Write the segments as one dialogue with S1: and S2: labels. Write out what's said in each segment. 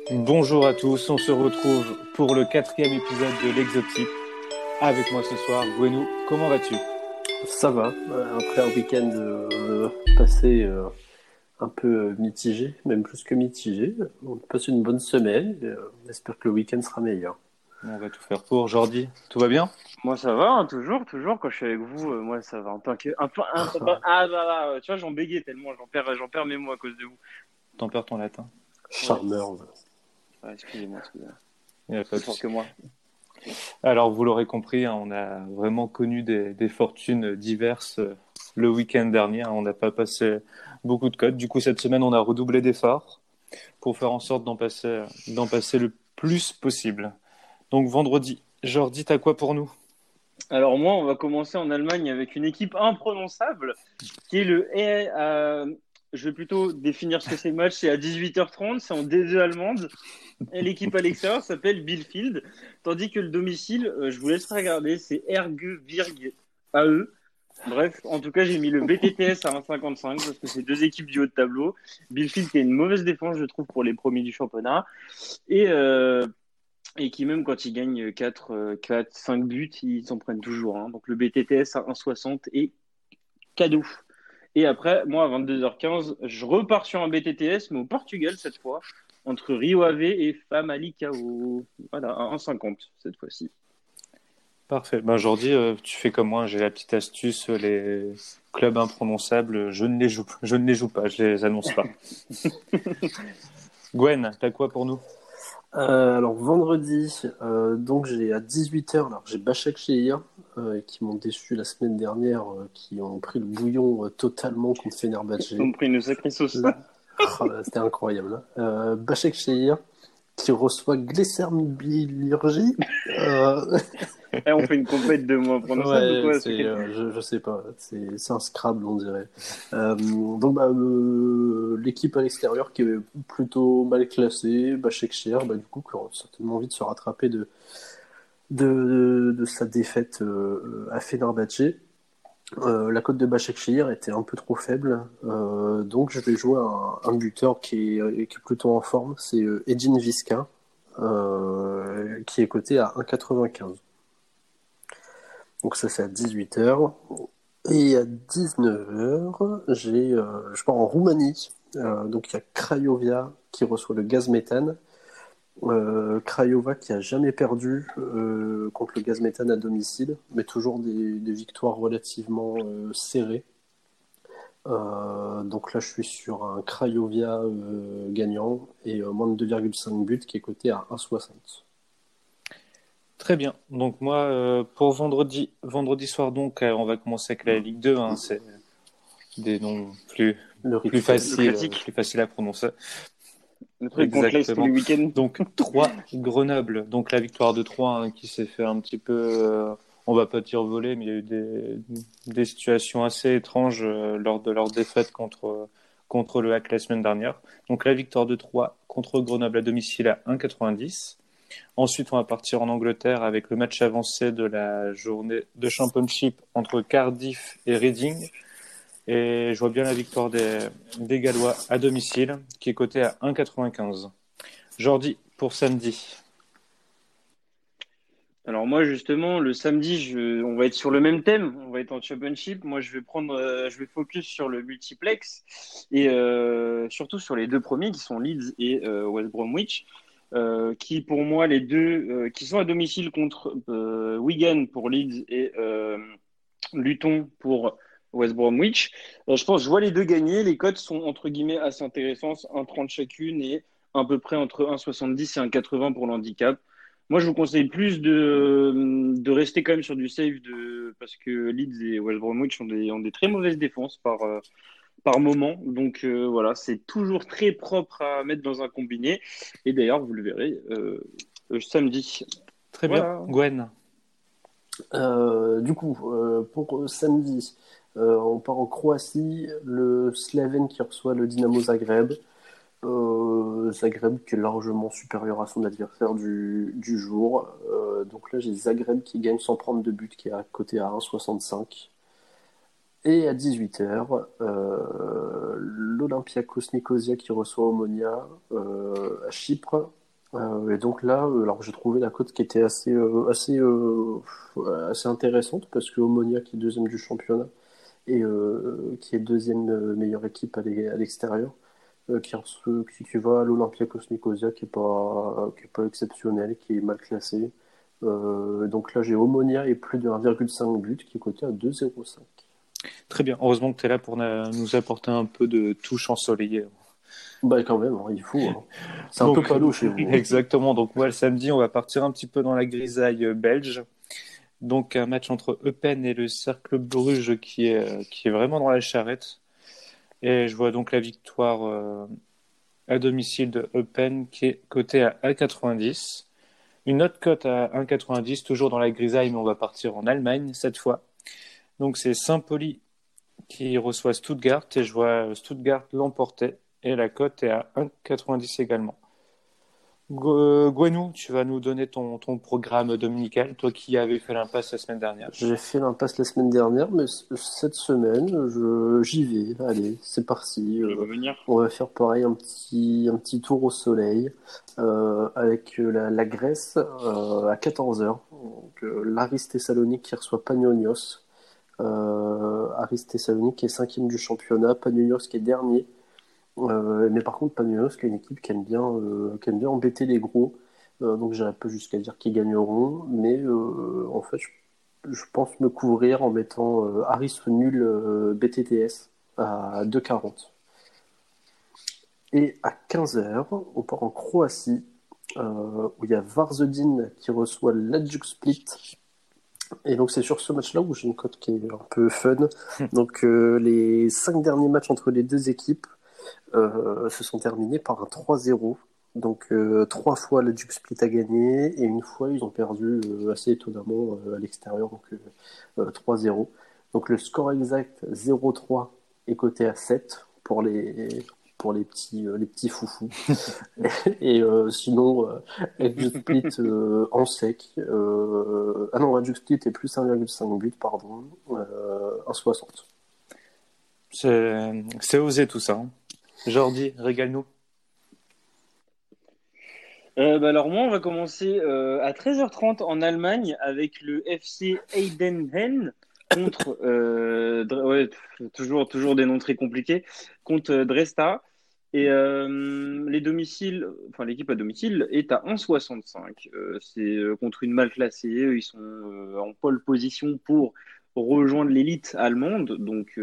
S1: Bonjour à tous, on se retrouve pour le quatrième épisode de l'Exotype. Avec moi ce soir, Gwenou, comment vas-tu?
S2: Ça va, après un week-end passé un peu mitigé, même plus que mitigé. On passe une bonne semaine, on espère que le week-end sera meilleur.
S1: On va tout faire pour. Jordi, tout va bien?
S3: Moi, ça va, hein, toujours, quand je suis avec vous, moi, ça va. En tant que, tu vois, j'en bégayais tellement, j'en perds mes mots à cause de vous.
S1: T'en perds ton latin.
S3: Ouais,
S2: Charmeur.
S3: ouais, excusez-moi.
S1: Il n'y a pas
S3: Plus
S1: de
S3: fort
S1: souci.
S3: que moi.
S1: Alors, vous l'aurez compris, hein, on a vraiment connu des fortunes diverses le week-end dernier. Hein. On n'a pas passé beaucoup de codes. Du coup, cette semaine, on a redoublé d'efforts pour faire en sorte d'en passer le plus possible. Donc, vendredi, Jordi, t'as quoi pour nous?
S3: Alors, moi, on va commencer en Allemagne avec une équipe imprononçable, qui est je vais plutôt définir ce que c'est le match, c'est à 18h30, c'est en D2 allemande, et l'équipe à l'extérieur s'appelle Bielefeld, tandis que le domicile, je vous laisse regarder, c'est Ergebirge AE. Bref, en tout cas, j'ai mis le BTTS à 1,55 parce que c'est deux équipes du haut de tableau. Bielefeld qui a une mauvaise défense, je trouve, pour les premiers du championnat. Et, euh, et qui, même quand ils gagnent 4, 5 buts, ils s'en prennent toujours. Hein. Donc le BTTS à 1,60 est cadeau. Et après, moi, à 22h15, je repars sur un BTTS, mais au Portugal cette fois, entre Rio Ave et Famalicão. Voilà, à 1,50 cette fois-ci.
S1: Parfait. Ben, Jordi, tu fais comme moi, j'ai la petite astuce, les clubs imprononçables, je ne les joue pas, je les annonce pas. Gwen, t'as quoi pour nous?
S2: Alors vendredi, donc j'ai à 18h, alors j'ai Başakşehir qui m'ont déçu la semaine dernière, qui ont pris le bouillon totalement contre Fenerbahçe.
S3: Ils ont pris une sacrée sauce.
S2: Là, là, c'était incroyable. Hein. Başakşehir qui reçoit Glesermbirgi.
S3: On fait une compète de mots prononçables ou
S2: Ouais,
S3: quoi?
S2: c'est, je sais pas, c'est un Scrabble, on dirait. Donc, l'équipe à l'extérieur qui est plutôt mal classée, Başakşehir, du coup, qui aura certainement envie de se rattraper de sa défaite à Fenerbahçe. La cote de Başakşehir était un peu trop faible, donc je vais jouer un buteur qui est plutôt en forme, c'est Edin Visca, qui est coté à 1,95. Donc ça c'est à 18h. Et à 19h, je pars en Roumanie. Donc il y a Craiova qui reçoit le gaz méthane. Craiova qui a jamais perdu contre le gaz méthane à domicile, mais toujours des victoires relativement serrées. Donc là je suis sur un Craiova gagnant et moins de 2,5 buts qui est coté à 1,60.
S1: Très bien. Donc moi, pour vendredi soir, donc, on va commencer avec la Ligue 2. Hein, c'est des noms plus,
S2: Le
S1: plus
S2: rituel.
S3: Le
S1: faciles,
S3: classique.
S1: plus faciles à prononcer.
S3: Le truc qu'on te laisse tous les
S1: Exactement.
S3: week-ends.
S1: Donc 3 Grenoble. Donc la victoire de 3 hein, qui s'est fait un petit peu, on va pas dire voler, mais il y a eu des situations assez étranges lors de leur défaite contre le HAC la semaine dernière. Donc la victoire de 3 contre Grenoble à domicile à 1,90. Ensuite, on va partir en Angleterre avec le match avancé de la journée de Championship entre Cardiff et Reading. Et je vois bien la victoire des Gallois à domicile, qui est cotée à 1,95. Jordi, pour samedi.
S3: Alors moi justement le samedi on va être sur le même thème, on va être en championship. Moi je vais focus sur le multiplex et surtout sur les deux premiers qui sont Leeds et West Bromwich, qui pour moi les deux qui sont à domicile contre Wigan pour Leeds et Luton pour West Bromwich. Je pense je vois les deux gagner. Les cotes sont entre guillemets assez intéressantes, 1,30 chacune et à peu près entre 1,70 et 1,80 pour l'handicap. Moi, je vous conseille plus de rester quand même sur du safe parce que Leeds et West Bromwich ont des très mauvaises défenses par moment. Donc voilà, c'est toujours très propre à mettre dans un combiné. Et d'ailleurs, vous le verrez samedi.
S1: Très bien.
S3: Voilà.
S1: Gwen.
S2: Du coup, pour samedi, on part en Croatie, le Slaven qui reçoit le Dynamo Zagreb. Zagreb qui est largement supérieur à son adversaire du jour. Donc là, j'ai Zagreb qui gagne sans prendre de but, qui est à côté à 1,65. Et à 18h, l'Olympiakos Nicosia qui reçoit Omonia à Chypre. Et donc là, alors j'ai trouvé la cote qui était assez intéressante parce que Omonia qui est deuxième du championnat et qui est deuxième meilleure équipe à l'extérieur, qui va à l'Olympiakos Nicosia qui est pas exceptionnel, qui est mal classé. Donc là j'ai Omonia et plus de 1,5 but qui est coté à 2,05.
S1: Très bien. Heureusement que tu es là pour nous apporter un peu de touche ensoleillée.
S2: Bah quand même, hein, il faut. Hein. C'est un
S1: Donc,
S2: peu palo chez vous.
S1: Exactement. Donc, le samedi, on va partir un petit peu dans la grisaille belge. Donc, un match entre Eupen et le Cercle Bruges qui est vraiment dans la charrette. Et je vois donc la victoire à domicile de Eupen qui est cotée à 1,90. Une autre cote à 1,90, toujours dans la grisaille, mais on va partir en Allemagne cette fois. Donc, c'est Saint-Pauli qui reçoit Stuttgart et je vois Stuttgart l'emporter. Et la cote est à 1,90 également. Gwenou, tu vas nous donner ton programme dominical, toi qui avais fait l'impasse la semaine dernière.
S2: J'ai fait l'impasse la semaine dernière, mais cette semaine, j'y vais. Allez, c'est parti. On va faire pareil, un petit tour au soleil avec la Grèce à 14h. Donc, l'Aris Thessalonique qui reçoit Panionios. Aris Thessalonique qui est 5e du championnat, Panionios qui est dernier. Mais par contre, Panionios qui est une équipe qui aime bien embêter les gros. Donc j'irai pas jusqu'à dire qu'ils gagneront, mais en fait, je pense me couvrir en mettant Aris nul BTTS à 2,40. Et à 15h, on part en Croatie, où il y a Varzedin qui reçoit l'Hajduk Split. Et donc c'est sur ce match-là où j'ai une cote qui est un peu fun. Donc les 5 derniers matchs entre les deux équipes se sont terminés par un 3-0. Donc 3 fois l'Hajduk Split a gagné et une fois ils ont perdu assez étonnamment à l'extérieur, donc 3-0. Donc le score exact 0-3 est coté à 7 pour les petits foufous. Et sinon, Hajduk Split en sec. Ah non, Hajduk Split est plus 1,5 but, pardon. 1,60.
S1: C'est osé tout ça. Hein. Jordi, régale-nous.
S3: Alors moi, on va commencer à 13h30 en Allemagne avec le FC Heidenheim contre toujours des noms très compliqués contre Dresda. Et l'équipe à domicile est à 1,65. C'est contre une mal classée. Ils sont en pole position pour rejoindre l'élite allemande.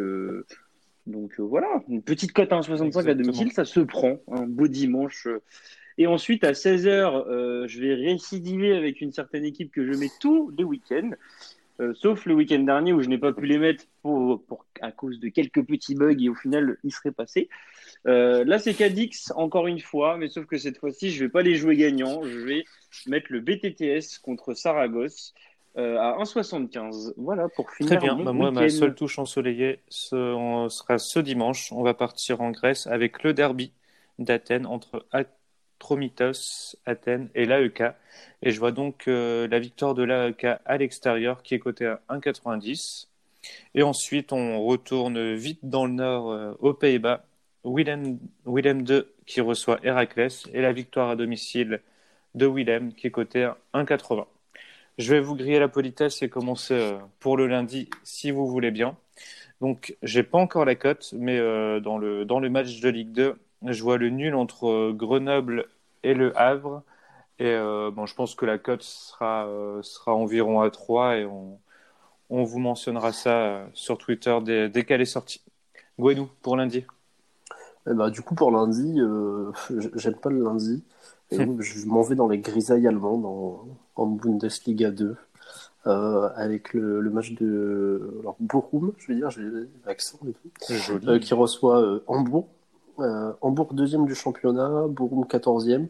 S3: Donc voilà, une petite cote à 1,65 à domicile, ça se prend. Un beau dimanche. Et ensuite, à 16h, je vais récidiver avec une certaine équipe que je mets tous les week-ends. Sauf le week-end dernier où je n'ai pas pu les mettre à cause de quelques petits bugs et au final, ils seraient passés. Là, c'est Cadix, encore une fois, mais sauf que cette fois-ci, je ne vais pas les jouer gagnants. Je vais mettre le BTTS contre Saragosse à 1,75. Voilà, pour finir.
S1: Très bien.
S3: Mon
S1: moi,
S3: week-end.
S1: ma seule touche ensoleillée sera ce dimanche. On va partir en Grèce avec le derby d'Athènes entre Atromitos, Athènes et l'AEK. Et je vois donc la victoire de l'AEK à l'extérieur qui est cotée à 1,90. Et ensuite, on retourne vite dans le nord aux Pays-Bas. Willem II qui reçoit Héraclès et la victoire à domicile de Willem qui est cotée à 1,80. Je vais vous griller la politesse et commencer pour le lundi si vous voulez bien. Donc, j'ai pas encore la cote, mais dans le match de Ligue 2, je vois le nul entre Grenoble et Le Havre. Et je pense que la cote sera environ à 3 et on vous mentionnera ça sur Twitter dès qu'elle est sortie. Gwenou, pour lundi.
S2: Du coup, pour lundi, j'aime pas le lundi. Et donc, je m'en vais dans les grisailles allemandes en Bundesliga 2. Avec le match de Bochum, je veux dire, j'ai l'accent et tout, qui reçoit Hambourg. Hambourg 2e du championnat, Bochum 14e.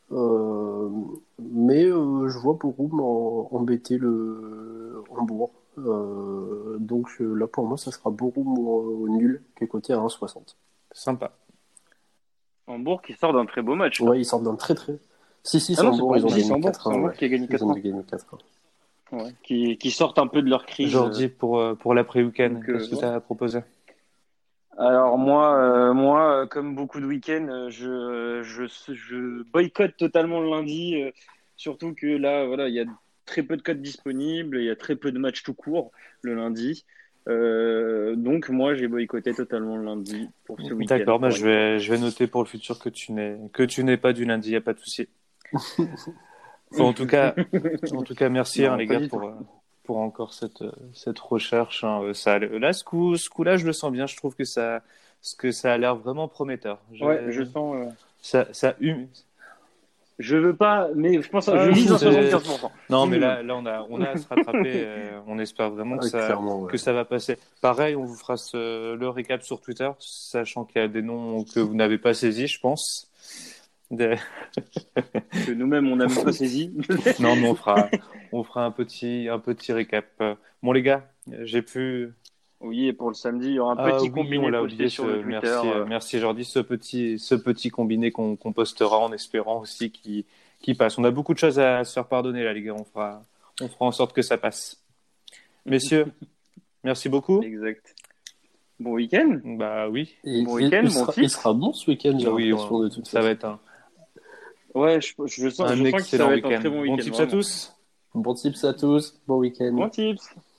S2: Mais je vois Bochum embêter le Hambourg. Donc là, pour moi, ça sera Bochum au nul, qui est coté à 1,60.
S1: Sympa.
S3: Hambourg qui sort d'un très beau match.
S2: Ouais, ils sortent d'un très très. Si, c'est
S3: non,
S2: Hambourg, ils ont gagné 4-1.
S3: Hambourg qui a gagné 4-1. Ouais, qui sortent un peu de leur crise.
S1: Jordi, pour l'après-week-end,
S3: Donc,
S1: qu'est-ce que tu as proposé?
S3: Alors moi, comme beaucoup de week-ends, je boycotte totalement le lundi, surtout que là, voilà, il y a très peu de codes disponibles, il y a très peu de matchs tout court le lundi. Donc moi, j'ai boycotté totalement le lundi pour ce week-end,
S1: D'accord, bah,
S3: pour une fois.
S1: je vais noter pour le futur que tu n'es pas du lundi, il n'y a pas de souci. Enfin, en tout cas, merci hein,
S3: Non,
S1: les
S3: pas
S1: gars
S3: du tout.
S1: pour encore cette recherche. Hein. Là, ce coup-là, je le sens bien. Je trouve que ça a l'air vraiment prometteur.
S3: Ouais, je sens.
S1: Ça hume.
S3: Je veux pas, mais je pense, je
S1: Ah,
S3: mise à
S1: c'est-
S3: 75%.
S1: non, mais
S3: minimum.
S1: on a à se rattraper. On espère vraiment
S2: Clairement, ouais.
S1: que ça va passer. Pareil, on vous fera le récap sur Twitter, sachant qu'il y a des noms que vous n'avez pas saisis, je pense. Des-
S3: Que nous-mêmes, on n'a même pas saisi.
S1: Non, mais on fera un petit récap. Bon, les gars, j'ai pu.
S3: Oui, et pour le samedi, il y aura un
S1: Ah
S3: petit
S1: oui, on
S3: combiné
S1: l'a
S3: posté
S1: oublié.
S3: sur le Twitter.
S1: Merci Jordi, ce petit combiné qu'on postera en espérant aussi qu'il passe. On a beaucoup de choses à se faire pardonner là, les gars. On fera en sorte que ça passe. Messieurs, merci beaucoup.
S3: Exact. Bon week-end.
S1: Bah oui,
S3: Bon week-end, bon
S2: il
S3: tips.
S2: sera bon ce week-end, j'ai
S1: oui,
S2: l'impression de toute
S1: ça va
S2: façon.
S1: être
S3: Ouais, je sens que ça
S1: excellent
S3: va être un
S1: week-end.
S3: très bon
S1: Bon
S3: week-end.
S1: tips à
S3: Vraiment.
S1: tous.
S2: Bon tips à tous, bon week-end.
S3: Bon tips.